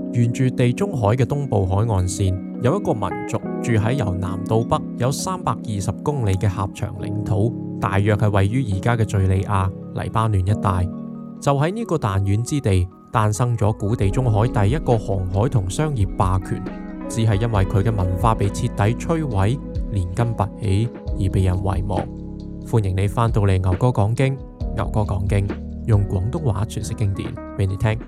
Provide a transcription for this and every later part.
沿住地中海嘅東部海岸線，有一個民族住喺由南到北有320公里嘅狹長領土，大約係位於而家嘅敘利亞、黎巴嫩一帶。就喺呢個彈丸之地，誕生咗古地中海第一個航海同商業霸權，只係因為佢嘅文化被徹底摧毀，連根拔起而被人遺忘。歡迎你翻到嚟牛哥講經，牛哥講經，用廣東話詮釋經典俾你聽。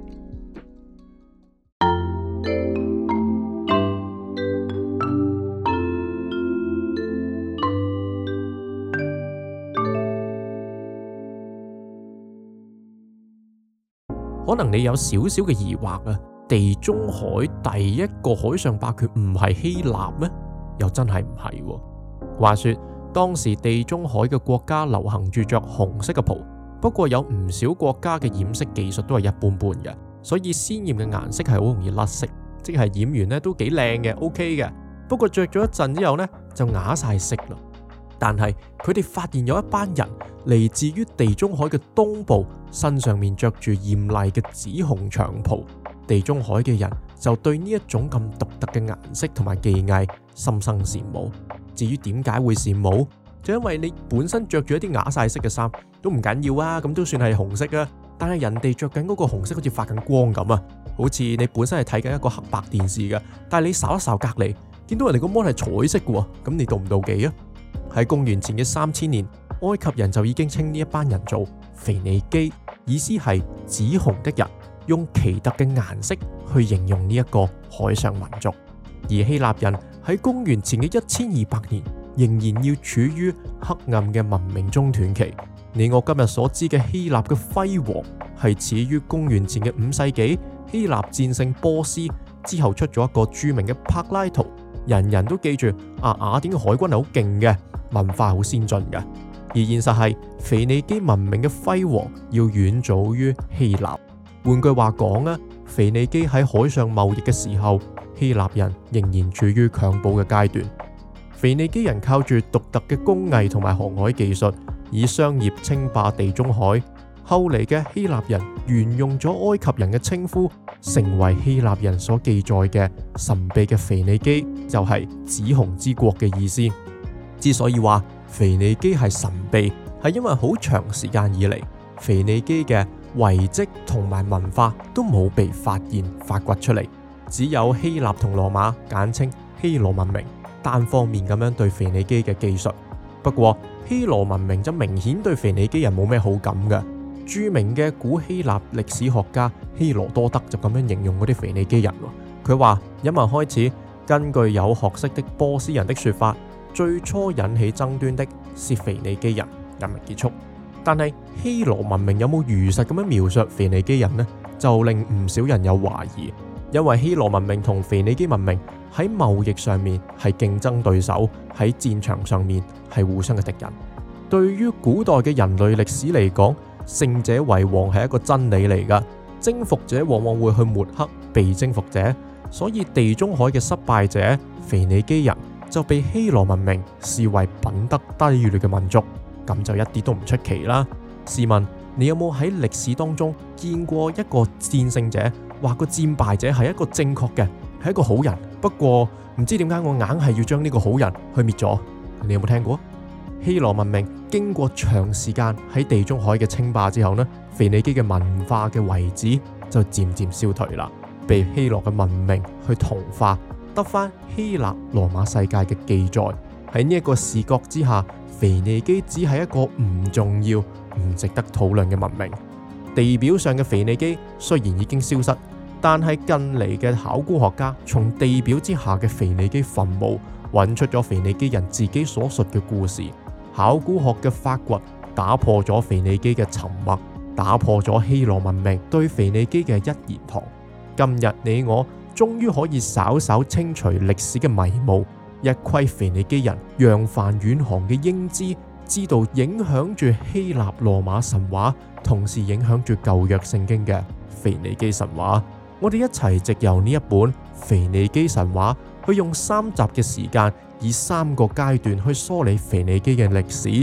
可能你有少少嘅疑惑啊，地中海第一個海上霸權唔係希臘咩？又真係唔係喎。話說當時地中海嘅國家流行住着紅色嘅袍，不過有唔少國家嘅染色技術都係一般般嘅，所以鮮豔嘅顏色係好容易甩色，即係染完呢都幾靚嘅 ，OK 嘅。不過着咗一陣之後呢，就啞晒色啦。但係佢哋發現有一班人嚟自於地中海嘅東部，身上面着住豔麗嘅紫紅長袍。地中海嘅人就對呢一種咁獨特嘅顏色同埋技藝心生羨慕。至於點解會羨慕，就因為你本身着住一啲啞晒色嘅衫都唔緊要啊，咁都算係紅色啊。但係人哋着緊嗰個紅色好似發緊光咁啊，好似你本身係睇緊一個黑白電視嘅，但係你睄一睄隔籬，見到人哋個 mon 係彩色嘅，咁你妒唔妒忌啊？喺公元前嘅3000年，埃及人就已經稱呢一班人做腓尼基，意思係紫紅的人，用奇特嘅顏色去形容呢一個海上民族。而希臘人喺公元前嘅1200年，仍然要處於黑暗嘅文明中斷期。你我今日所知嘅希臘嘅輝煌，係始於公元前嘅5世紀，希臘戰勝波斯之後出咗一個著名嘅柏拉圖，人人都記住雅典嘅海軍係好勁嘅，文化好先進嘅。而現實係腓尼基文明嘅輝煌要遠早於希臘。換句話講啊，腓尼基喺海上貿易嘅時候，希臘人仍然處於強暴嘅階段。腓尼基人靠住獨特嘅工藝同埋航海技術，以商業稱霸地中海。後嚟嘅希臘人沿用咗埃及人嘅稱呼，成為希臘人所記載嘅神秘嘅腓尼基，就係紫紅之國嘅意思。之所以話腓尼基係神秘，係因為好長時間以嚟，腓尼基嘅遺跡同埋文化都冇被發現發掘出嚟，只有希臘同羅馬簡稱希羅文明單方面咁樣對腓尼基嘅記述。不過希羅文明就明顯對腓尼基人冇咩好感嘅。著名嘅古希臘歷史學家希羅多德就咁樣形容嗰啲腓尼基人，佢話：引文開始，根據有學識的波斯人的說法，最初引起爭端的是腓尼基人。引文結束。但係希羅文明有冇如實咁樣描述腓尼基人呢？就令唔少人有懷疑，因為希羅文明同腓尼基文明喺貿易上面係競爭對手，喺戰場上面係互相嘅敵人。對於古代嘅人類歷史嚟講，勝者為王係一個真理嚟噶，征服者往往會去抹黑被征服者，所以地中海嘅失敗者腓尼基人就被希羅文明視為品德低劣嘅民族，咁就一啲都唔出奇啦。試問你有冇喺歷史當中見過一個戰勝者話個戰敗者係一個正確嘅，係一個好人，不過唔知點解我硬係要將呢個好人去滅咗？你有冇聽過？希羅文明經過長時間喺地中海嘅稱霸之後呢，腓尼基嘅文化嘅遺址就漸漸消退啦，被希羅嘅文明去同化，得返希臘羅馬世界嘅記載。喺呢一個視角之下，腓尼基只係一個唔重要、唔值得討論嘅文明。地表上嘅腓尼基雖然已經消失，但係近嚟嘅考古學家從地表之下嘅腓尼基墳墓揾出咗腓尼基人自己所述嘅故事。考古學嘅發掘打破咗腓尼基嘅沉默，打破咗希羅文明對腓尼基嘅一言堂。今日你我終於可以稍稍清除歷史嘅迷霧，一窺腓尼基人揚帆遠航嘅英姿，知道影響住希臘羅馬神話，同時影響住舊約聖經嘅腓尼基神話。我哋一齊藉由呢一本腓尼基神話，去用3集嘅時間，以3個階段去梳理腓尼基嘅歷史。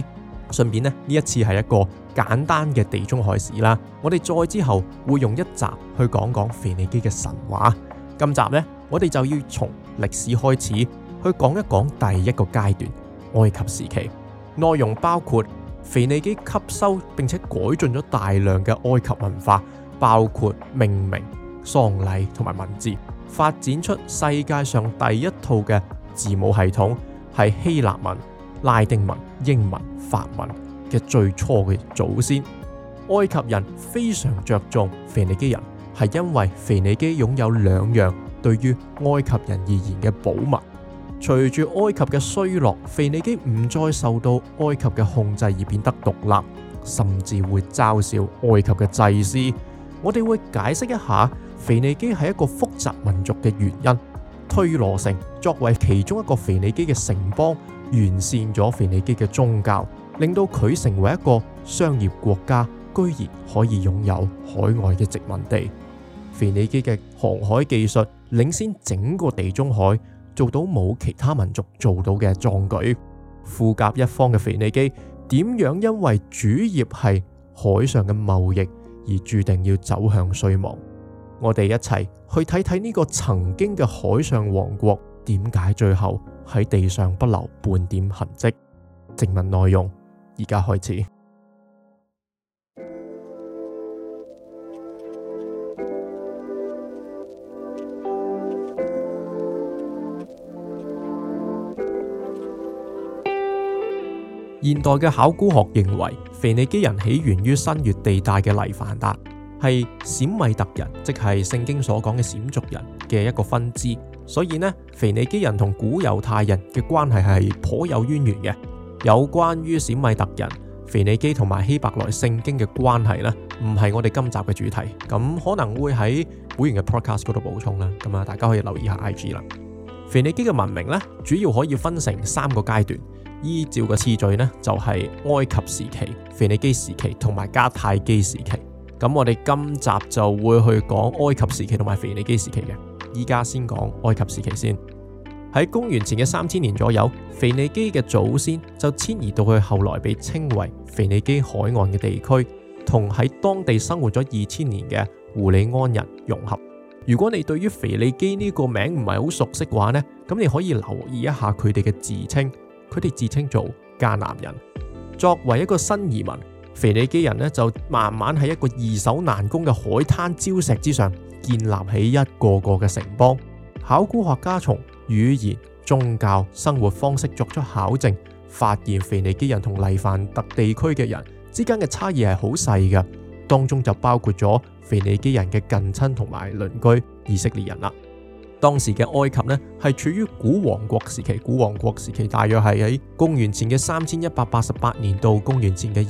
順便呢一次係一個簡單嘅地中海史啦。我哋再之後會用一集去講講腓尼基嘅神話。今集呢，我哋就要從歷史開始去講一講第一個階段埃及時期。內容包括腓尼基吸收並且改進咗大量嘅埃及文化，包括命名、喪禮同埋文字，發展出世界上第一套嘅字母系統，係希臘文、拉丁文、英文、法文嘅最初嘅祖先。埃及人非常着重腓尼基人，係因為腓尼基擁有兩樣對於埃及人而言嘅寶物。隨住埃及嘅衰落，腓尼基唔再受到埃及嘅控制而變得獨立，甚至會嘲笑埃及嘅祭司。我哋會解釋一下腓尼基係一個複雜民族嘅原因。推羅城作為其中一個腓尼基嘅城邦，完善咗腓尼基嘅宗教，令到佢成為一個商業國家，居然可以擁有海外嘅殖民地。腓尼基嘅航海技術領先整個地中海，做到冇其他民族做到嘅壯舉。富甲一方嘅腓尼基點樣因為主業係海上嘅貿易而注定要走向衰亡？我哋一齊去睇睇呢個曾經嘅海上王國點解最後喺地上不留半點痕跡。正文內容而家開始。現代嘅考古學認為，腓尼基人起源於新月地帶嘅黎凡達，係閃米特人，即係聖經所講嘅閃族人嘅一個分支。所以呢，腓尼基人同古猶太人嘅關係係頗有淵源嘅。有關於閃米特人、腓尼基同埋希伯來聖經嘅關係呢，唔係我哋今集嘅主題，咁可能會喺會員嘅 podcast 嗰度補充啦。咁啊，大家可以留意下 IG 啦。腓尼基嘅文明呢，主要可以分成3個階段。依照嘅次序呢，就係埃及時期、腓尼基時期同埋迦太基時期。咁我哋今集就會去講埃及時期同埋腓尼基時期嘅。依家先講埃及時期先。喺公元前嘅3000年左右，腓尼基嘅祖先就遷移到去後來被稱為腓尼基海岸嘅地區，同喺當地生活咗2000年嘅胡里安人融合。如果你對於腓尼基呢個名唔係好熟悉嘅話呢，咁你可以留意一下佢哋嘅自稱。佢哋自稱做迦南人。作為一個新移民，腓尼基人呢就慢慢喺一個易守難攻嘅海灘礁石之上建立起一個個嘅城邦。考古學家從語言、宗教、生活方式作出考證，發現腓尼基人同黎凡特地區嘅人之間嘅差異係好細嘅，當中就包括咗腓尼基人嘅近親同埋鄰居以色列人啦。當時嘅埃及呢係處於古王國時期，古王國時期大約係喺公元前嘅3188年到公元前嘅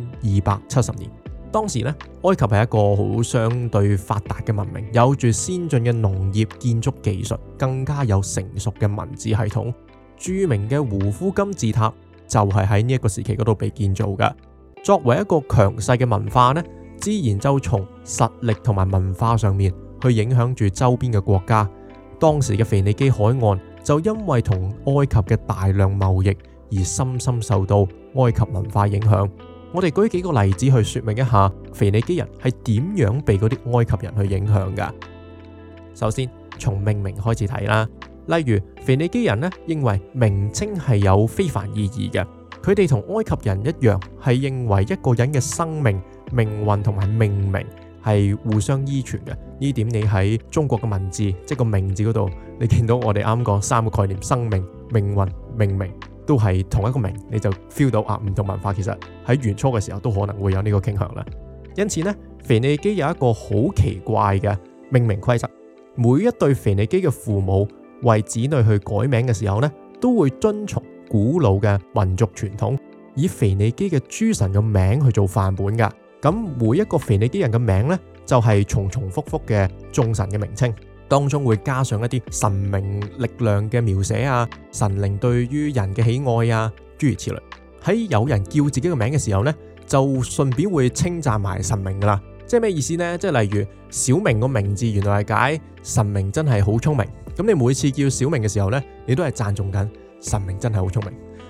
2270年。當時呢，埃及係一個好相對發達嘅文明，有住先進嘅農業建築技術，更加有成熟嘅文字系統。著名嘅胡夫金字塔就係喺呢一個時期嗰度被建造嘅。作為一個強勢嘅文化呢，自然就從實力同埋文化上面去影響住周邊嘅國家。當時嘅腓尼基海岸就因為同埃及嘅大量貿易而深深受到埃及文化影響。我哋舉幾個例子去說明一下腓尼基人係點樣被嗰啲埃及人去影響㗎。首先從命名開始睇啦，例如腓尼基人呢認為名稱係有非凡意義嘅，佢哋同埃及人一樣係認為一個人嘅生命、命運同埋命名係互相依存嘅。呢點你喺中國嘅文字，即係個名字嗰度，你見到我哋啱講3個概念：生命、命運、命名，都係同一個名，你就 feel 到唔同文化其實喺原初嘅時候都可能會有呢個傾向啦。因此呢，腓尼基有一個好奇怪嘅命名規則，每一對腓尼基嘅父母為子女去改名嘅時候呢，都會遵從古老嘅民族傳統，以腓尼基嘅諸神嘅名去做範本噶。咁每一個腓尼基人嘅名呢，就係重重複複嘅眾神嘅名稱，當中會加上一啲神明力量嘅描寫啊，神靈對於人嘅喜愛啊，諸如此類。喺有人叫自己嘅名嘅時候呢，就順便會稱讚埋神明噶啦。即係咩意思呢？即係例如小明個名字原來係解神明真係好聰明，咁你每次叫小明嘅時候呢，你都係讚頌緊神明真係好聰明。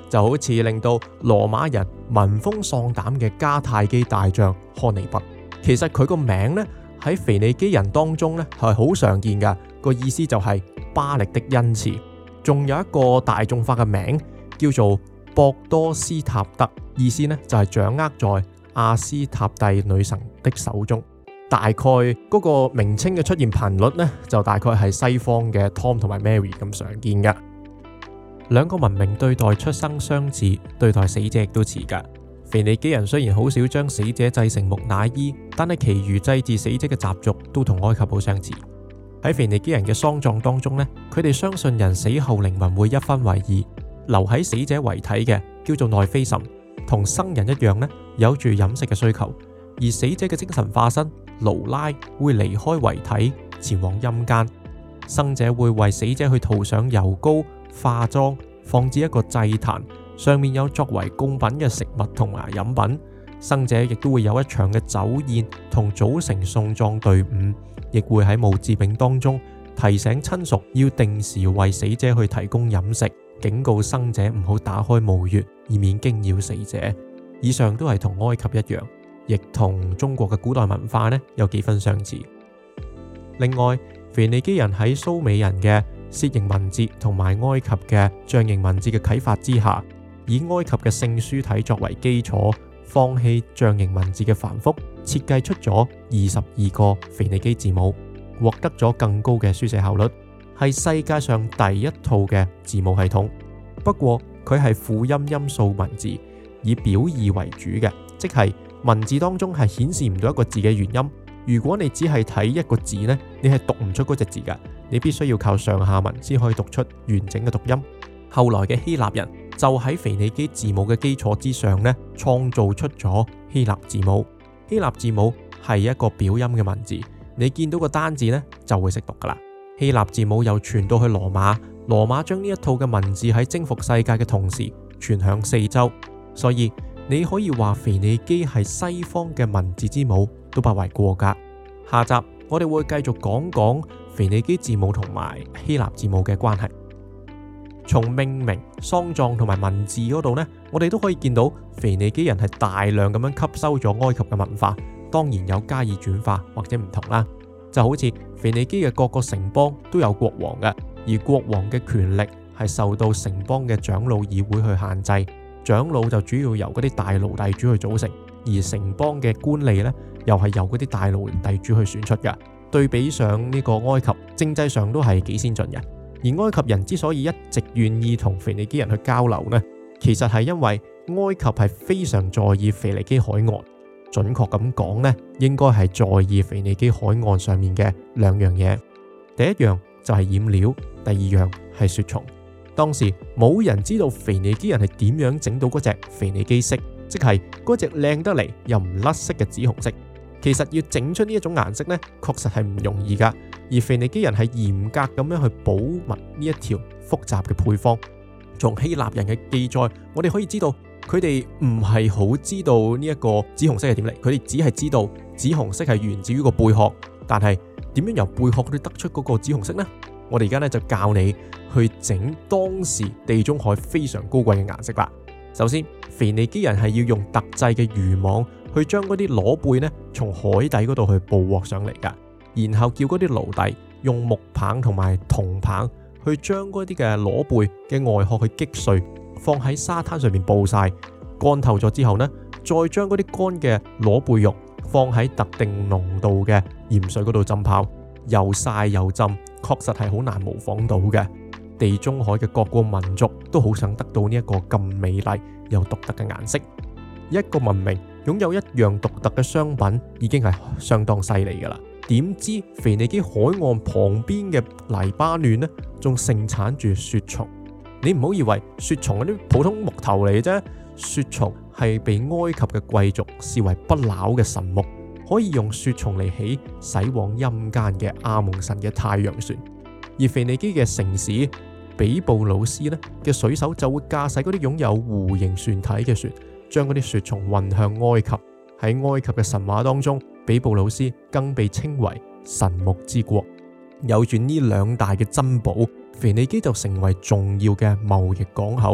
就好似令到羅馬人聞風喪膽嘅迦太基大將漢尼拔。其實佢個名呢，喺腓尼基人當中呢係好常見噶，個意思就係巴力的恩賜。仲有一個大眾化嘅名叫做博多斯塔德，意思呢就係掌握在阿斯塔蒂女神的手中。大概嗰個名稱嘅出現頻率呢，就大概係西方嘅 Tom 同埋 Mary 咁常見噶。兩個文明對待出生相似，對待死者亦都似噶。腓尼基人雖然好少將死者製成木乃伊，但係其餘祭祀死者嘅習俗都同埃及好相似。喺腓尼基人嘅喪葬當中呢，佢哋相信人死後靈魂會一分為二，留喺死者遺體嘅叫做內菲神，同生人一樣呢，有住飲食嘅需求，而死者嘅精神化身勞拉會離開遺體前往陰間，生者會為死者去塗上油膏、化妝，放置一個祭壇，上面有作為供品嘅食物同埋飲品。生者亦都會有一場嘅酒宴，同組成送葬隊伍，亦會喺墓誌銘當中提醒親屬要定時為死者去提供飲食，警告生者唔好打開墓穴，以免驚擾死者。以上都係同埃及一樣，亦同中國嘅古代文化呢有幾分相似。另外，腓尼基人喺蘇美人嘅楔形文字同埋埃及嘅象形文字嘅啟發之下，以埃及嘅聖書體作為基礎，放棄象形文字嘅繁複，設計出咗22個腓尼基字母，獲得咗更高嘅書寫效率，係世界上第一套嘅字母系統。不過佢係輔音音素文字，以表意為主嘅，即係文字當中係顯示唔到一個字嘅原音。如果你只係睇一個字呢，你係讀唔出嗰隻字噶，你必須要靠上下文先可以讀出完整嘅讀音。後來嘅希臘人就喺腓尼基字母嘅基礎之上呢，創造出咗希臘字母。希臘字母係一個表音嘅文字，你見到個單字呢就會識讀噶啦。希臘字母又傳到去羅馬，羅馬將呢一套嘅文字喺征服世界嘅同時傳向四周，所以你可以話腓尼基係西方嘅文字之母都不為過噶。下集我哋會繼續講講腓尼基字母同埋希臘字母嘅關係。從命名、喪葬同埋文字嗰度呢，我哋都可以見到腓尼基人係大量咁樣吸收咗埃及嘅文化，當然有加以轉化或者唔同啦。就好似腓尼基嘅各個城邦都有國王嘅，而國王嘅權力係受到城邦嘅長老議會去限制，長老就主要由嗰啲大奴隸主去組成，而城邦嘅官吏呢，又係由嗰啲大奴隸主去選出嘅。對比上呢個埃及，政制上都係幾先進嘅。而埃及人之所以一直願意同腓尼基人去交流呢，其實係因為埃及係非常在意腓尼基海岸，準確咁講呢，應該係在意腓尼基海岸上面嘅兩樣嘢。第一樣就係染料，第二樣係雪蟲。當時冇人知道腓尼基人係點樣整到嗰隻腓尼基色，即係嗰隻靚得嚟又唔甩色嘅紫紅色。其實要整出呢一種顏色呢，確實係唔容易噶。而腓尼基人係嚴格咁樣去保密呢一條複雜嘅配方。從希臘人嘅記載，我哋可以知道佢哋唔係好知道呢一個紫紅色係點嚟，佢哋只係知道紫紅色係源自於個貝殼。但係點樣由貝殼去得出嗰個紫紅色呢？我哋而家呢就教你去整當時地中海非常高貴嘅顏色啦。首先，腓尼基人係要用特製嘅漁網去將嗰啲螺貝呢從海底嗰度去捕獲上嚟噶。然後叫嗰啲奴隸用木棒同埋銅棒去將嗰啲嘅螺貝嘅外殼去擊碎，放喺沙灘上面暴曬，乾透咗之後呢，再將嗰啲乾嘅螺貝肉放喺特定濃度嘅鹽水嗰度浸泡，又曬又浸，確實係好難模仿到嘅。地中海嘅各個民族都好想得到呢一個咁美麗又獨特嘅顏色。一個文明擁有一樣獨特嘅商品已經係相當犀利噶啦。點知腓尼基海岸旁邊嘅黎巴嫩呢，仲盛產住雪松。你唔好以為雪松嗰啲普通木頭嚟嘅啫，雪松係被埃及嘅貴族視為不朽嘅神木，可以用雪松嚟起駛往陰間嘅阿蒙神嘅太陽船。而腓尼基嘅城市比布魯斯呢嘅水手就會駕駛嗰啲擁有弧形船體嘅船，將嗰啲雪松運向埃及。喺埃及嘅神話當中，比布魯斯更被稱為神木之國。有住呢兩大嘅珍寶，腓尼基就成為重要嘅貿易港口，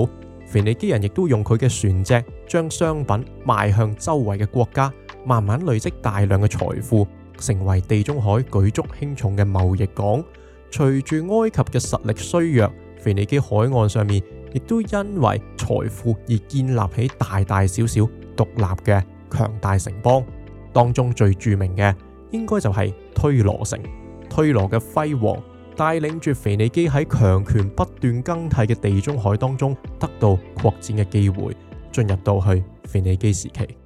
腓尼基人亦都用佢嘅船隻將商品賣向周圍嘅國家，慢慢累積大量嘅財富，成為地中海舉足輕重嘅貿易港。隨住埃及嘅實力衰弱，腓尼基海岸上面亦都因為財富而建立起大大小小獨立嘅強大城邦。當中最著名嘅應該就係推羅城。推羅嘅輝煌帶領住腓尼基喺強權不斷更替嘅地中海當中得到擴展嘅機會，進入到去腓尼基時期。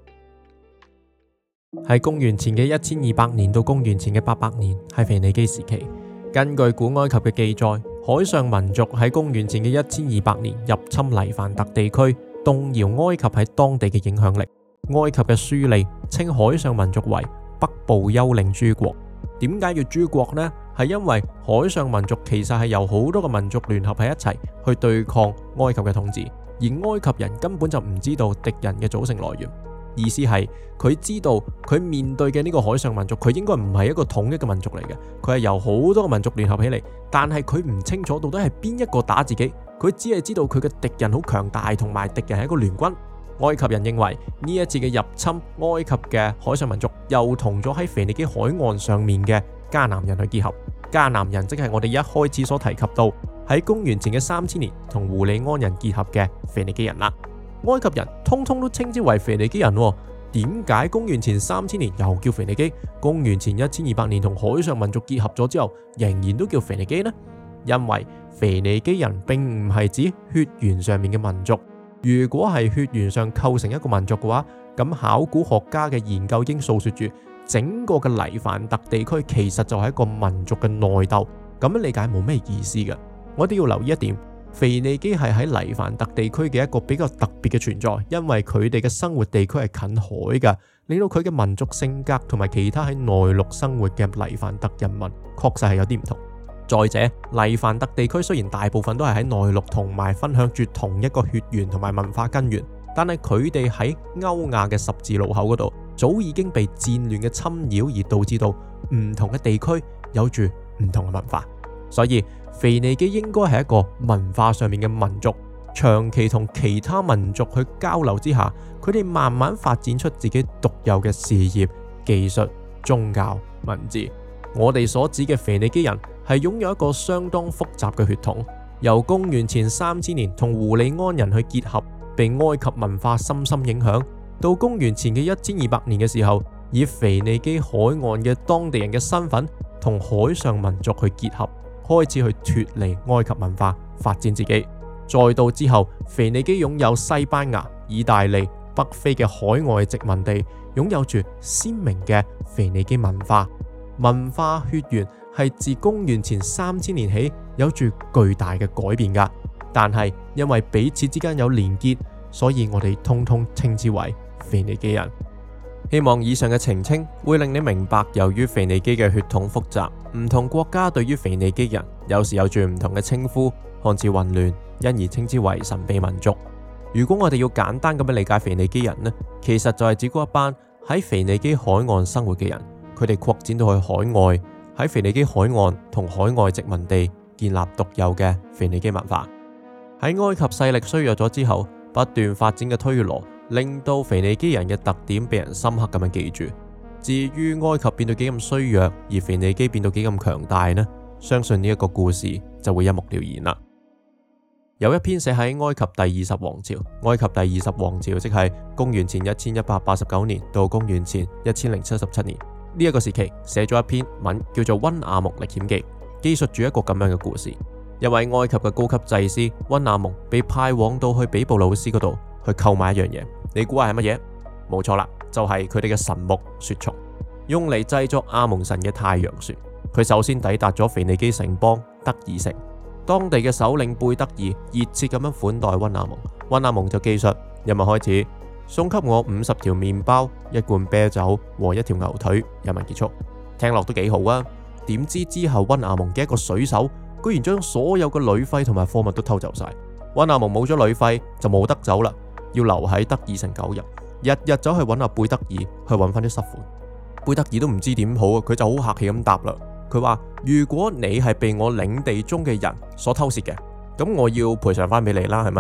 喺公元前嘅1200年到公元前嘅800年係腓尼基時期。根據古埃及嘅記載，海上民族喺公元前嘅1200年入侵黎凡特地區，動搖埃及喺當地嘅影響力。埃及嘅書吏稱海上民族為北部幽靈諸國。點解叫諸國呢？係因為海上民族其實係由好多個民族聯合喺一齊去對抗埃及嘅統治，而埃及人根本就唔知道敵人嘅組成來源。意思係佢知道佢面對嘅呢個海上民族，佢應該唔係一個統一嘅民族嚟嘅，佢係由好多個民族聯合起嚟，但係佢唔清楚到底係邊一個打自己，佢只係知道佢嘅敵人好強大，同埋敵人係一個聯軍。埃及人認為呢一次嘅入侵，埃及嘅海上民族又同咗喺腓尼基海岸上面嘅迦南人去結合。迦南人即係我哋一開始所提及到喺公元前嘅3000年同胡利安人結合嘅腓尼基人啦。埃及人通通都稱之為腓尼基人，點解公元前3000年又叫腓尼基，公元前1200年同海上民族結合咗之後仍然都叫腓尼基呢？因為腓尼基人並唔係指血緣上面嘅民族。如果係血緣上構成一個民族嘅話，咁考古學家嘅研究已經訴說住整個嘅黎凡特地區其實就係一個民族嘅內鬥。咁樣理解冇咩意思嘅。我哋要留意一點，腓尼基係喺黎凡特地區嘅一個比較特別嘅存在，因為佢哋嘅生活地區係近海嘅，令到佢嘅民族性格同埋其他喺內陸生活嘅黎凡特人民確實係有啲唔同。再者，黎凡特地區雖然大部分都係喺內陸同埋分享住同一個血緣同埋文化根源，但係佢哋喺歐亞嘅十字路口嗰度早已經被戰亂嘅侵擾，而導致到唔同嘅地區有住唔同嘅文化。所以腓尼基應該係一個文化上面嘅民族，長期同其他民族去交流之下，佢哋慢慢發展出自己獨有嘅事業、技術、宗教、文字。我哋所指嘅腓尼基人係擁有一個相當複雜嘅血統，由公元前3000年同胡利安人去結合，被埃及文化深深影響，到公元前嘅1200年嘅時候，以腓尼基海岸嘅當地人嘅身份同海上民族去結合，開始去脫離埃及文化，發展自己。再到之後，腓尼基擁有西班牙、意大利、北非嘅海外殖民地，擁有住鮮明嘅腓尼基文化。文化血緣係自公元前3000年起有住巨大嘅改變噶，但係因為彼此之間有連結，所以我哋通通稱之為腓尼基人。希望以上嘅澄清會令你明白，由於腓尼基嘅血統複雜，唔同國家對於腓尼基人有時有住唔同嘅稱呼，看似混亂，因而稱之為神秘民族。如果我哋要簡單咁樣理解腓尼基人呢，其實就係指嗰一班喺腓尼基海岸生活嘅人。佢哋擴展到去海外，喺腓尼基海岸同海外殖民地建立獨有嘅腓尼基文化。喺埃及勢力衰弱咗之後，不斷發展嘅推羅，令到腓尼基人嘅特點被人深刻咁樣記住。至於埃及變到幾咁衰弱，而腓尼基變到幾咁強大呢？相信呢一個故事就會一目了然啦。有一篇寫喺埃及第20王朝，埃及第20王朝即係公元前1189年到公元前1077年。呢一個時期寫咗一篇文叫做《溫亞蒙歷險記》，記述住一個咁樣嘅故事。一位埃及嘅高級祭司溫亞蒙被派往到去比布魯斯嗰度去購買一樣嘢，你估下係乜嘢？冇錯啦，就係佢哋嘅神木雪松，用嚟製作亞蒙神嘅太陽船。佢首先抵達咗腓尼基城邦德爾城，當地嘅首領貝德爾熱切咁樣款待溫亞蒙，溫亞蒙就記述：今日開始送給我50條麵包、1罐啤酒和1條牛腿。引文結束。聽落都幾好啊！點知之後溫亞蒙嘅一個水手居然將所有嘅旅費同埋貨物都偷走晒。溫亞蒙冇咗旅費就冇得走啦，要留喺德爾城9日，日日走去揾阿貝德爾去揾翻啲失款。貝德爾都唔知點好啊，佢就好客氣咁答啦。佢話：如果你係被我領地中嘅人所偷竊嘅，咁我要賠償翻俾你啦，係咪？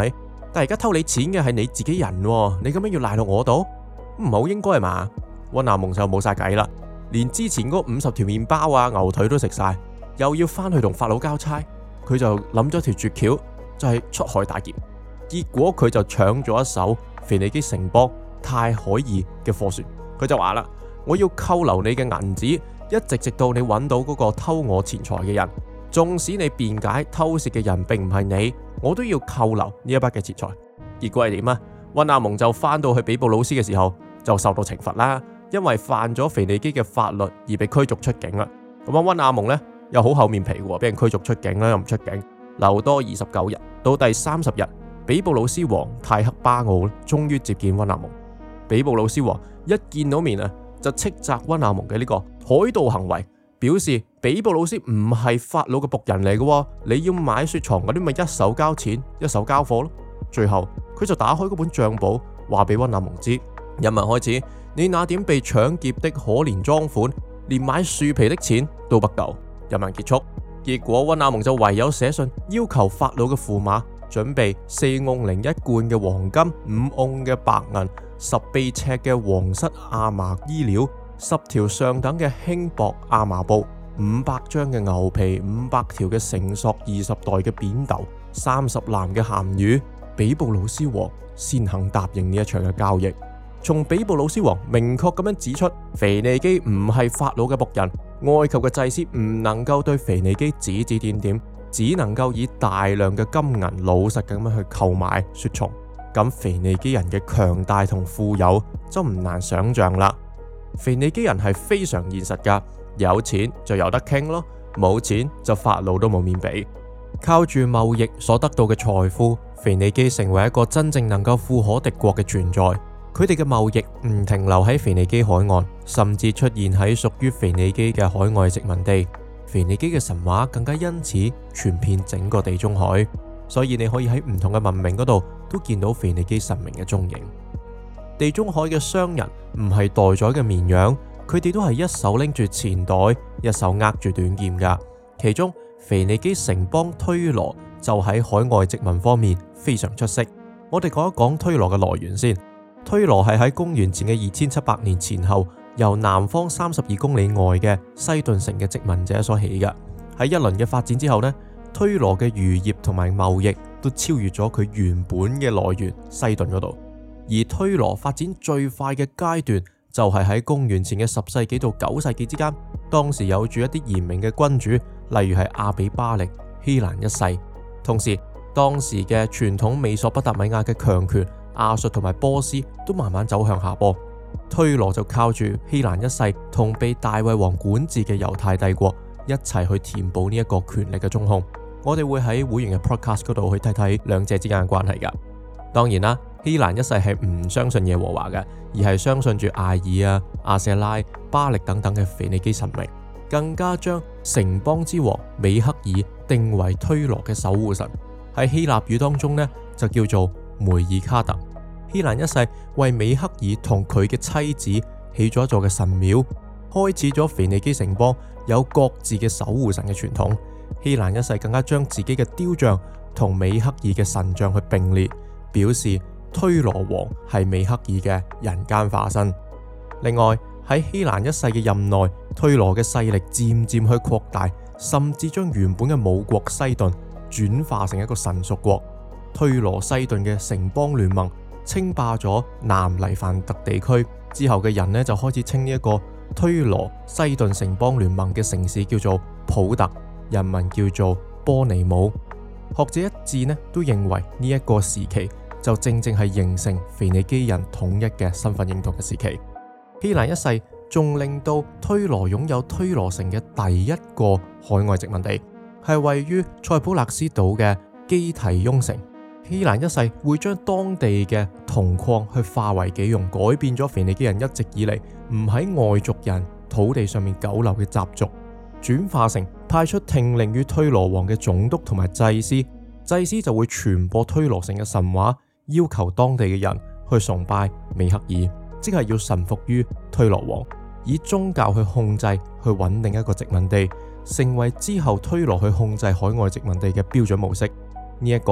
但係而家偷你錢嘅係你自己人喎，你咁樣要賴到我度，唔好應該係嘛？溫亞蒙就冇晒計啦，連之前嗰50條麵包啊、牛腿都食晒，又要翻去同法老交差，佢就諗咗條絕橋，就係出海打劫。結果佢就搶咗一艘腓尼基城邦泰海爾嘅貨船，佢就話啦：我要扣留你嘅銀紙，一直到你揾到嗰個偷我錢財嘅人，縱使你辯解偷竊嘅人並唔係你，我都要扣留呢一筆嘅錢財。結果係點啊？溫亞蒙就翻到去比布魯斯嘅時候就受到懲罰啦，因為犯咗腓尼基嘅法律而被驅逐出境啦。咁溫亞蒙呢又好厚面皮嘅，俾人驅逐出境啦，又唔出境，留多29日，到第30日，比布魯斯王泰克巴奧終於接見溫亞蒙。比布魯斯王一見到面啊，就斥責溫亞蒙嘅呢個海盜行為，表示比布魯斯唔係法老嘅僕人嚟嘅，你要買雪藏嗰啲咪一手交錢一手交貨咯。最後佢就打開嗰本賬簿，話俾溫亞蒙知：引文開始，你那點被搶劫的可憐贓款，連買樹皮的錢都不夠。引文結束，結果溫亞蒙就唯有寫信要求法老嘅駙馬準備4甕零1罐嘅黃金、5甕嘅白銀、10臂尺嘅皇室亞麻衣料、10條上等嘅輕薄亞麻布、500張嘅牛皮、500條嘅繩索、20袋嘅扁豆、30籃嘅鹹魚。比布魯斯王先肯答應呢一場嘅交易。從比布魯斯王明確咁樣指出，腓尼基唔係法老嘅僕人，埃及嘅祭司唔能夠對腓尼基指指點點，只能夠以大量嘅金銀老實咁樣去購買雪松。咁腓尼基人嘅強大同富有就唔難想象啦。腓尼基人係非常現實噶，有錢就有得傾咯，冇錢就法老都冇面俾。靠住貿易所得到嘅財富，腓尼基成為一個真正能夠富可敵國嘅存在。佢哋嘅貿易唔停留喺腓尼基海岸，甚至出現喺屬於腓尼基嘅海外殖民地。腓尼基嘅神話更加因此傳遍整個地中海，所以你可以喺唔同嘅文明嗰度都見到腓尼基神明嘅蹤影。地中海嘅商人唔係待宰嘅綿羊，佢哋都係一手拎住錢袋，一手握住短劍噶。其中腓尼基城邦推羅就喺海外殖民方面非常出色。我哋講一講推羅嘅來源先。推羅係喺公元前嘅2700年前後，由南方32公里外嘅西頓城嘅殖民者所起嘅。喺一輪嘅發展之後呢，推羅嘅漁業同埋貿易都超越咗佢原本嘅來源西頓嗰度。而推羅發展最快嘅階段就係喺公元前嘅10世紀到9世紀之間，當時有住一啲賢明嘅君主，例如係阿比巴力、希蘭一世。同時當時嘅傳統美索不達米亞嘅強權亞述同埋波斯都慢慢走向下坡，推羅就靠住希蘭一世同被大衛王管治嘅猶太帝國一齊去填補呢一個權力嘅中空。我哋會喺會員嘅 podcast 嗰度去睇睇兩者之間嘅關係噶。當然啦，希蘭一世係唔相信耶和華嘅，而係相信住艾爾啊、阿舍拉、巴力等等嘅腓尼基神明，更加將城邦之王美克爾定為推羅嘅守護神。喺希臘語當中呢，就叫做梅爾卡特。希蘭一世為美克爾同佢嘅妻子起咗一座嘅神廟，開始咗腓尼基城邦有各自嘅守護神嘅傳統。希蘭一世更加將自己嘅雕像同美克爾嘅神像去並列，表示推羅王係美克爾嘅人間化身。另外喺希蘭一世嘅任內，推羅嘅勢力漸漸去擴大，甚至將原本嘅母國西頓轉化成一個神屬國。推羅西頓嘅城邦聯盟稱霸咗南黎凡特地區之後嘅人呢，就開始稱呢一個推羅西頓城邦聯盟嘅城市叫做普特，人民叫做波尼姆。學者一致呢都認為呢一個時期就正正係形成腓尼基人統一嘅身份認同嘅時期。希蘭一世仲令到推羅擁有推羅城嘅第一個海外殖民地，係位於塞浦路斯島嘅基提雍城。希蘭一世會將當地嘅銅礦去化為己用，改變咗腓尼基人一直以嚟唔喺外族人土地上面久留嘅習俗，轉化成派出聽令於推羅王嘅總督同埋祭司，祭司就會傳播推羅城嘅神話，要求當地嘅人去崇拜美克爾，即係要臣服於推羅王，以宗教去控制去穩定一個殖民地，成為之後推羅去控制海外殖民地嘅標準模式。呢一個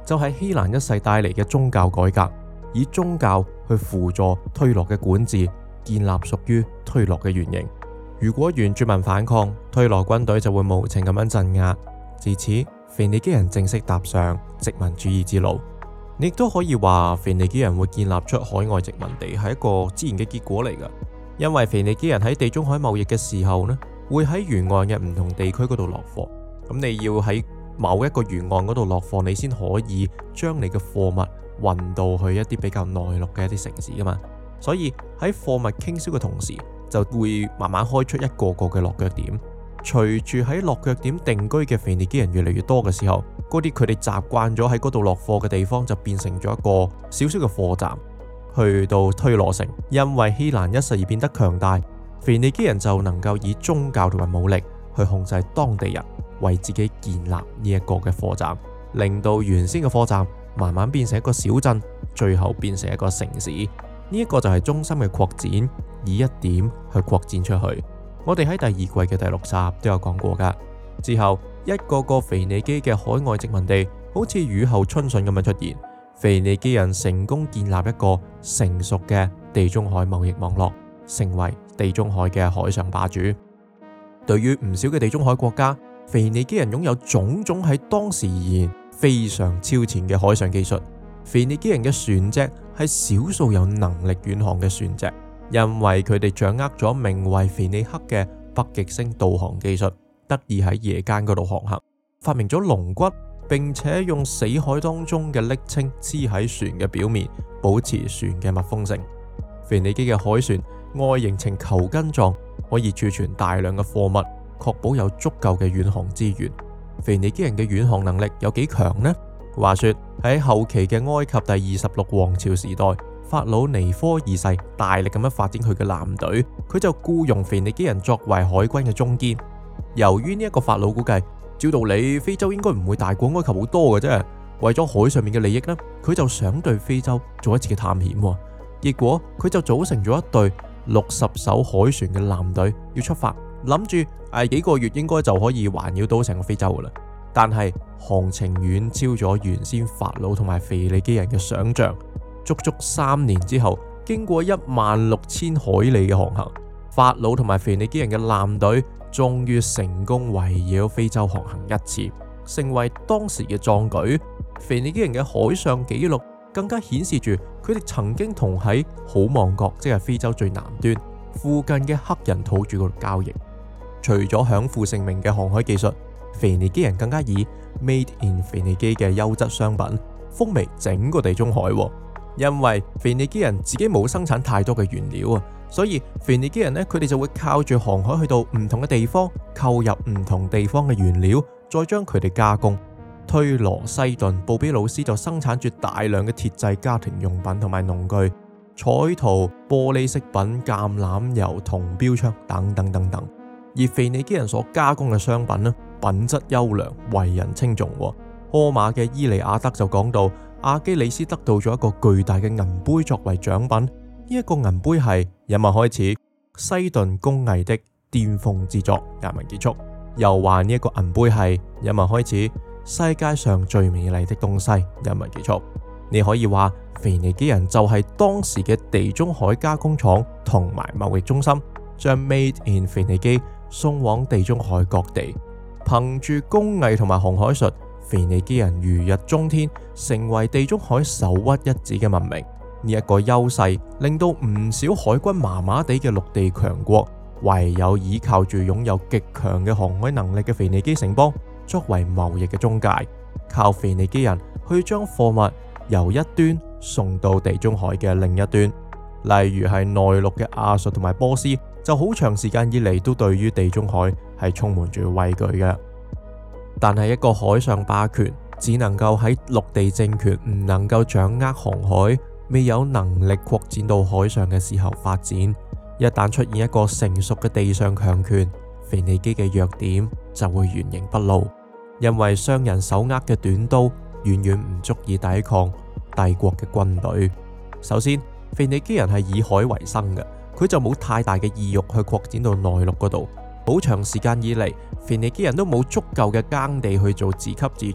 就係希蘭一世帶嚟嘅宗教改革，以宗教去輔助推羅嘅管治，建立屬於推羅嘅原型。如果原住民反抗，推羅軍隊就會無情咁樣鎮壓。自此，腓尼基人正式踏上殖民主義之路。你亦都可以話，腓尼基人會建立出海外殖民地係一個自然嘅結果嚟㗎，因為腓尼基人喺地中海貿易嘅時候呢，會喺沿岸嘅唔同地區嗰度落貨。咁你要喺某一個沿岸嗰度落貨，你先可以將你嘅貨物運到去一啲比較內陸嘅一啲城市㗎嘛。所以喺貨物傾銷嘅同時，就會慢慢開出一個個嘅落腳點。隨住喺落腳點定居嘅腓尼基人越嚟越多嘅時候，嗰啲佢哋習慣咗喺嗰度落貨嘅地方就變成咗一個小小嘅貨站。去到推羅城，因為希蘭一世而變得強大，腓尼基人就能夠以宗教同埋武力去控制當地人，為自己建立呢一個嘅貨站，令到原先嘅貨站慢慢變成一個小鎮，最後變成一個城市。呢一個就係中心嘅擴展，以一點去擴展出去。我哋喺第二季嘅第6集都有講過噶。之後一個個腓尼基嘅海外殖民地好似雨後春筍咁樣出現，腓尼基人成功建立一個成熟嘅地中海貿易網絡，成為地中海嘅海上霸主。對於唔少嘅地中海國家，腓尼基人擁有種種喺當時而言非常超前嘅海上技術。腓尼基人嘅船隻係少數有能力遠航嘅船隻，因為佢哋掌握咗名為腓尼克嘅北極星導航技術，得以喺夜間嗰度航行，發明咗龍骨，並且用死海當中嘅瀝青黐喺船嘅表面，保持船嘅密封性。腓尼基嘅海船外形呈球根狀，可以儲存大量嘅貨物，確保有足夠嘅遠航資源。腓尼基人嘅遠航能力有幾強呢？話說喺後期嘅埃及第26王朝時代，法老尼科二世大力咁樣發展佢嘅艦隊，佢就僱傭腓尼基人作為海軍嘅中堅。由於呢一個法老估計，照道理非洲應該唔會大過埃及好多嘅啫，為咗海上面嘅利益呢，佢就想對非洲做一次嘅探險。結果佢就組成咗一隊60艘海船嘅艦隊要出發，諗住幾個月應該就可以環繞到成個非洲噶啦。但係航程遠超咗原先法老同埋腓尼基人嘅想象，足足3年之後，經過16000海里嘅航行，法老同埋腓尼基人嘅艦隊終於成功圍繞非洲航行一次，成為當時嘅壯舉。腓尼基人嘅海上紀錄更加顯示住佢哋曾經同喺好望角，即係非洲最南端附近嘅黑人土著嗰度交易。除咗享負盛名嘅航海技術，腓尼基人更加以 Made in 腓尼基嘅優質商品風靡整個地中海。因為腓尼基人自己冇生產太多嘅原料啊，所以腓尼基人呢，佢哋就會靠住航海去到唔同嘅地方，購入唔同地方嘅原料，再將佢哋加工。推羅、西頓、布比魯斯就生產住大量嘅鐵製家庭用品同埋農具、彩陶、玻璃飾品、橄欖油、銅標槍等等等等。而腓尼基人所加工嘅商品呢，品質優良，為人稱頌。荷馬嘅伊利亞德就講到，阿基里斯得到咗一個巨大嘅銀杯作為獎品。呢一個銀杯係引文開始，西頓工藝的巔峰之作，引文結束。又話呢一個銀杯係引文開始，世界上最美麗的東西，引文結束。你可以話腓尼基人就係當時嘅地中海加工廠同埋貿易中心，將 Made in 腓尼基送往地中海各地。憑住工藝同埋航海術，腓尼基人如日中天，成為地中海首屈一指嘅文明。呢一個優勢令到唔少海軍麻麻地嘅陸地強國，唯有依靠住擁有極強嘅航海能力嘅腓尼基城邦作為貿易嘅中介，靠腓尼基人去將貨物由一端送到地中海嘅另一端。例如係內陸嘅亞述同埋波斯，就好長時間以嚟都對於地中海係充滿住畏懼嘅。但係一個海上霸權只能夠喺陸地政權唔能夠掌握航海，未有能力擴展到海上嘅時候發展。一旦出現一個成熟嘅地上強權，腓尼基嘅弱點就會原形不露，因為商人手握嘅短刀遠遠唔足以抵抗帝國嘅軍隊。首先，腓尼基人係以海為生嘅，佢就冇太大嘅意欲去擴展到內陸嗰度。好長時間以嚟，腓尼基人都冇足夠嘅耕地去做自給自足，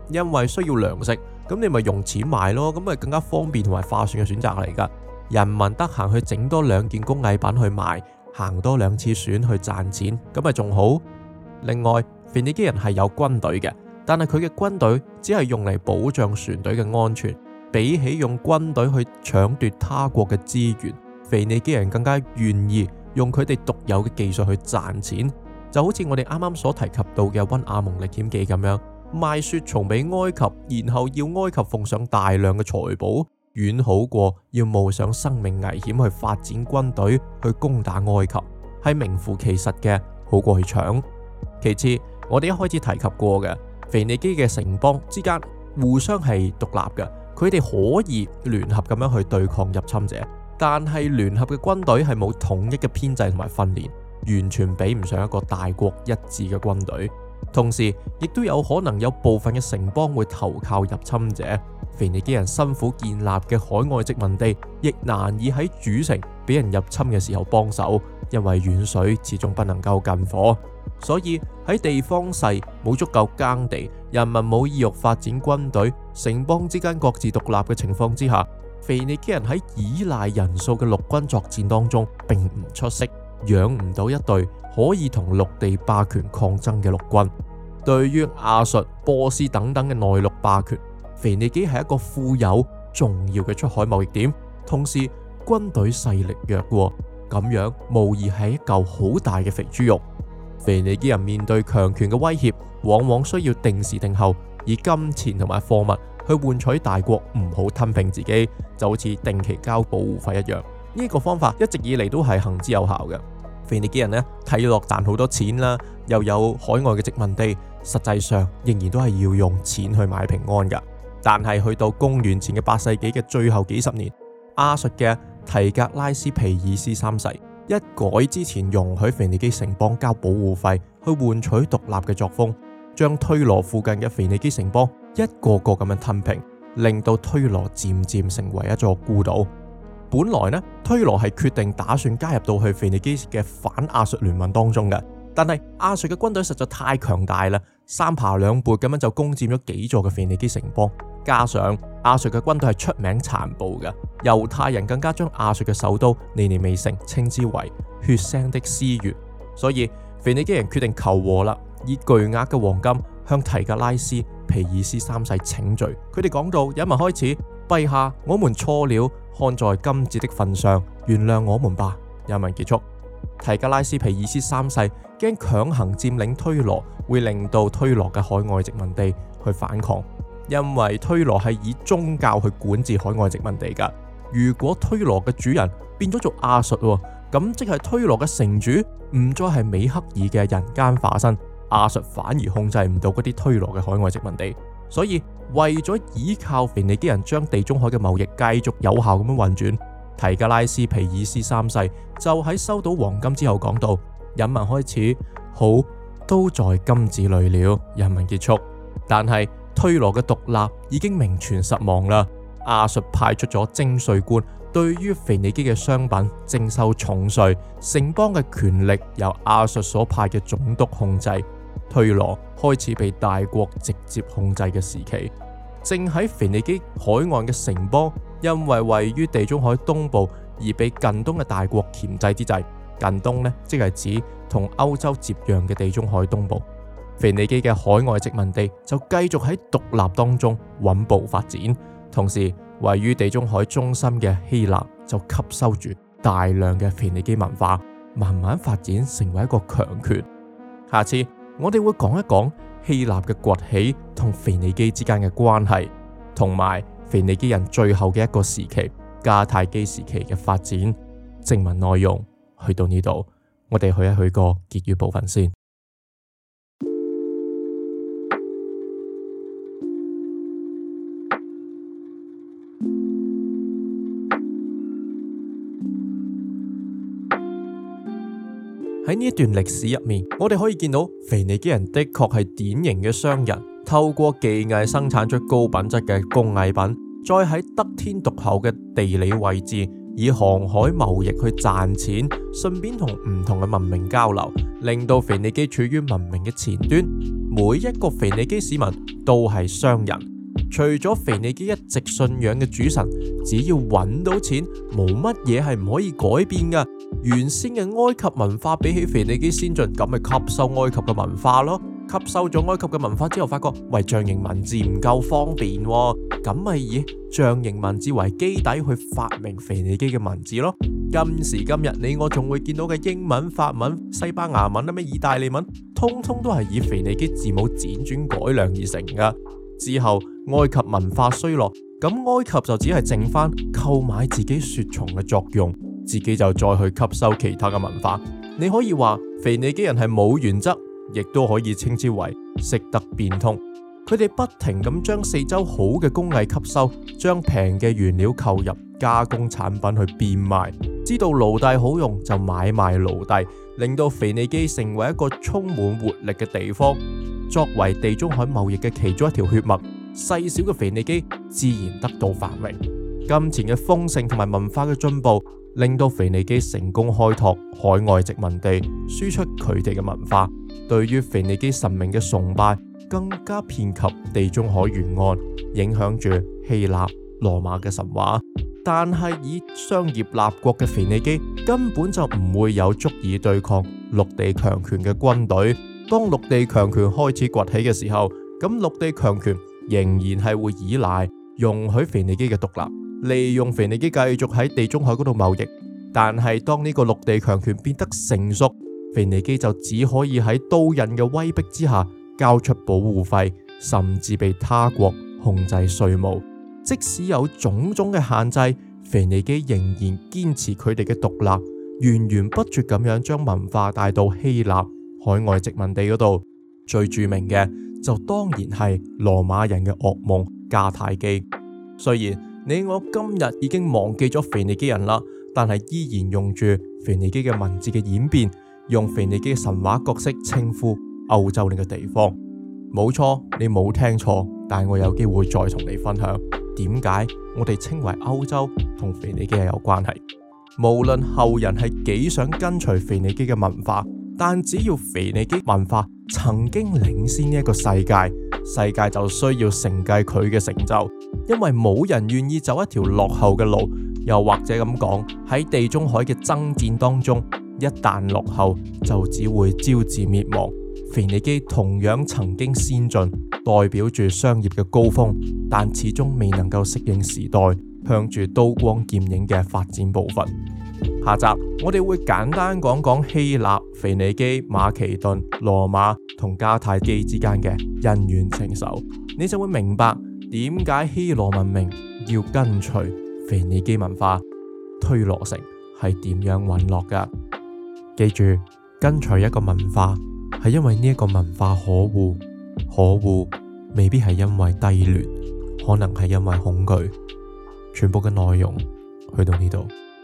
因為需要糧食，咁你咪用錢買咯，咁咪更加方便同埋划算嘅選擇嚟噶。人民得閒去整多2件工藝品去賣，行多2次船去賺錢，咁咪仲好。另外，腓尼基人係有軍隊嘅，但係佢嘅軍隊只係用嚟保障船隊嘅安全，比起用軍隊去搶奪他國嘅資源，腓尼基人更加願意用佢哋獨有嘅技術去賺錢。就好似我哋啱啱所提及到嘅溫亞蒙歷險記咁樣，賣雪松俾埃及，然後要埃及奉上大量嘅財寶，遠好過要冒上生命危險去發展軍隊去攻打埃及，係名副其實嘅好過去搶。其次，我哋一開始提及過嘅腓尼基嘅城邦之間互相係獨立嘅，佢哋可以聯合咁樣去對抗入侵者，但係聯合嘅軍隊係冇統一嘅編制同埋訓練，完全比唔上一個大國一致嘅軍隊。同時亦都有可能有部分嘅城邦會投靠入侵者，腓尼基人辛苦建立嘅海外殖民地亦難以喺主城俾人入侵嘅時候幫手，因為遠水始終不能夠近火。所以喺地方細，冇足夠耕地，人民冇意欲發展軍隊，城邦之間各自獨立嘅情況之下，腓尼基人喺依賴人數嘅陸軍作戰當中並唔出色，養唔到一隊可以同陸地霸權抗爭嘅陸軍。對於亞述、波斯等等嘅內陸霸權，腓尼基係一個富有重要嘅出海貿易點，同時軍隊勢力弱，咁樣無疑係一嚿好大嘅肥豬肉。腓尼基人面對強權嘅威脅，往往需要定時定候，以金錢同埋貨物去換取大國唔好吞併自己，就好似定期交保護費一樣。呢個方法一直以嚟都係行之有效嘅。腓尼基人呢，睇落賺好多錢啦，又有海外嘅殖民地，實際上仍然都係要用錢去買平安噶。但係去到公元前嘅8世紀嘅最後幾十年，亞述嘅提格拉斯皮爾斯3世一改之前容許腓尼基城邦交保護費去換取獨立嘅作風，將推羅附近嘅腓尼基城邦一個個咁樣吞併，令到推羅漸漸成為一座孤島。本來呢，推羅係決定打算加入到去腓尼基嘅反亞述聯盟當中嘅，但係亞述嘅軍隊實在太強大啦，3爬2撥咁樣就攻佔咗幾座嘅腓尼基城邦。加上亞述嘅軍隊係出名殘暴嘅，猶太人更加將亞述嘅首都尼尼微城稱之為血腥的獅穴，所以腓尼基人決定求和啦，以巨額嘅黃金向提格拉斯皮爾斯3世請罪。佢哋講到：引文開始，陛下，我們錯了，看在今節的份上，原諒我們吧。引文結束，提格拉斯皮爾斯3世驚強行佔領推羅會令到推羅嘅海外殖民地去反抗。因為推羅係以宗教去管治海外殖民地噶，如果推羅嘅主人變咗做亞述，咁即係推羅嘅城主唔再係美克爾嘅人間化身，亞述反而控制唔到嗰啲推羅嘅海外殖民地。所以為咗依靠腓尼基人將地中海嘅貿易繼續有效咁樣運轉，提格拉斯皮爾斯3世就喺收到黃金之後講到：引文開始，好，都在金子裏了。引文結束，但係推羅嘅獨立已經名存實亡啦。亞述派出咗徵稅官，對於腓尼基嘅商品徵收重稅，城邦嘅權力由亞述所派嘅總督控制。推羅開始被大國直接控制嘅時期，正喺腓尼基海岸嘅城邦，因為位於地中海東部而被近東嘅大國鉗制之際，近東呢，即係指同歐洲接壤嘅地中海東部。腓尼基嘅海外殖民地就繼續喺獨立當中穩步發展，同時位於地中海中心嘅希臘就吸收住大量嘅腓尼基文化，慢慢發展成為一個強權。下次我哋會講一講希臘嘅崛起同腓尼基之間嘅關係，同埋腓尼基人最後嘅一個時期迦太基時期嘅發展。正文內容去到呢度，我哋去一去個結語部分先。喺呢一段歷史入面，我哋可以見到腓尼基人的確係典型嘅商人，透過技藝生產出高品質嘅工藝品，再喺得天獨厚嘅地理位置，以航海貿易去賺錢，順便同唔同嘅文明交流，令到腓尼基處於文明嘅前端。 每一個腓尼基市民都係商人。除咗腓尼基一直信仰嘅主神，只要揾到錢，冇乜嘢係唔可以改變噶。原先嘅埃及文化比起腓尼基先進，咁咪吸收埃及嘅文化咯。吸收咗埃及嘅文化之後，發覺喂，象形文字唔夠方便，咁咪以象形文字為基底去發明腓尼基嘅文字咯。今時今日，你我仲會見到嘅英文、法文、西班牙文、咩意大利文，通通都係以腓尼基字母輾轉改良而成噶。之後埃及文化衰落，咁埃及就只係剩翻購買自己雪松嘅作用，自己就再去吸收其他嘅文化。你可以話腓尼基人係冇原則，亦都可以稱之為識得變通。佢哋不停咁將四周好嘅工藝吸收，將平嘅原料購入，加工產品去變賣。知道奴隸好用就買賣奴隸，令到腓尼基成為一個充滿活力嘅地方。作為地中海貿易嘅其中一條血脈，細小嘅腓尼基自然得到繁榮。金錢嘅豐盛同埋文化嘅進步，令到腓尼基成功開拓海外殖民地，輸出佢哋嘅文化。對於腓尼基神明嘅崇拜，更加遍及地中海沿岸，影響住希臘、羅馬嘅神話。但係以商業立國嘅腓尼基根本就唔會有足以對抗陸地強權嘅軍隊。當陸地強權開始崛起嘅時候，咁陸地強權仍然係會依賴容許腓尼基嘅獨立，利用腓尼基繼續喺地中海嗰度貿易。但係當呢個陸地強權變得成熟，腓尼基就只可以喺刀刃嘅威逼之下交出保護費，甚至被他國控制稅務。即使有種種嘅限制，腓尼基仍然堅持佢哋嘅獨立，源源不絕咁樣將文化帶到希臘、海外殖民地嗰度。最著名嘅就當然係羅馬人嘅噩夢迦太基。雖然你我今日已經忘記咗腓尼基人啦，但係依然用住腓尼基嘅文字嘅演變，用腓尼基嘅神話角色稱呼歐洲呢個地方。冇錯，你冇聽錯，但係我有機會再同你分享點解我哋稱為歐洲同腓尼基係有關係。無論後人係幾想跟隨腓尼基嘅文化，但只要腓尼基文化曾經領先呢一個世界，世界就需要承繼佢嘅成就，因為冇人願意走一條落後嘅路。又或者咁講，喺地中海嘅爭戰當中，一旦落後就只會招致滅亡。腓尼基同樣曾經先進，代表住商業嘅高峰，但始終未能夠適應時代，向住刀光劍影嘅發展步伐。下集我哋會簡單講講希臘、腓尼基、馬其頓、羅馬同迦太基之間嘅恩怨情仇，你就會明白點解希羅文明要跟隨腓尼基文化，推羅城係點樣隕落噶。記住，跟隨一個文化係因為呢一個文化可惡，可惡未必係因為低劣，可能係因為恐懼。全部嘅內容去到呢度。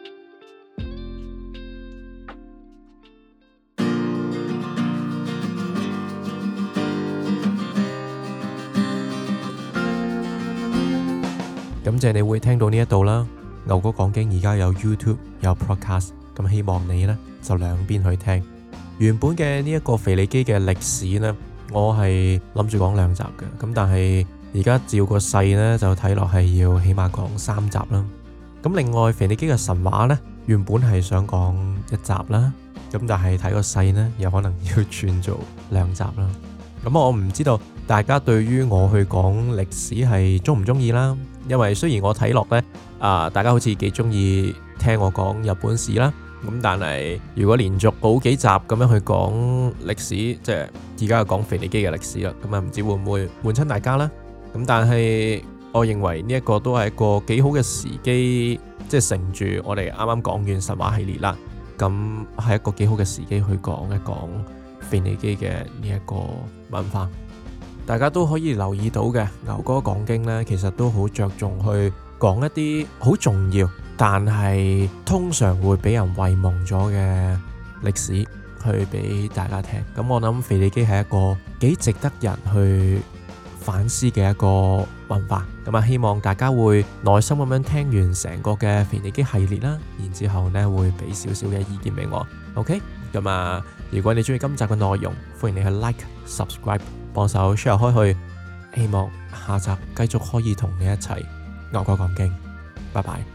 感謝你會聽到呢一度啦。牛哥講經而家有 YouTube 有 Podcast， 咁希望你呢就兩邊去聽。原本嘅呢一個腓尼基嘅歷史呢，我係諗住講2集嘅，咁但係而家照個勢呢，就睇落係要起碼講3集啦。咁另外腓尼基嘅神話呢，原本係想講1集啦，咁但係睇個勢呢，有可能要轉做2集啦。咁我唔知道大家對於我去講歷史係中唔中意啦，因為雖然我睇落呢，大家好似幾中意聽我講日本史啦，咁但係如果連續好幾集咁樣去講歷史，即係而家講腓尼基嘅歷史啦，咁唔知會唔會悶親大家啦？咁但係我認為呢一個都係一個幾好嘅時機，即係乘住我哋啱啱講完神話系列啦，咁係一個幾好嘅時機去講一講腓尼基嘅呢一個文化。大家都可以留意到嘅，牛哥講經呢，其實都好着重去講一啲好重要，但係通常會俾人遺忘咗嘅歷史去俾大家聽。咁我諗腓尼基係一個幾值得人去反思嘅一個文化。咁希望大家會耐心咁樣聽完成個嘅腓尼基系列啦，然之後呢會俾少少嘅意見俾我。OK， 噶嘛。如果你中意今集嘅內容，歡迎你去 like、subscribe， 幫手 share 開去。希望下集繼續可以同你一齊牛哥講經。拜拜。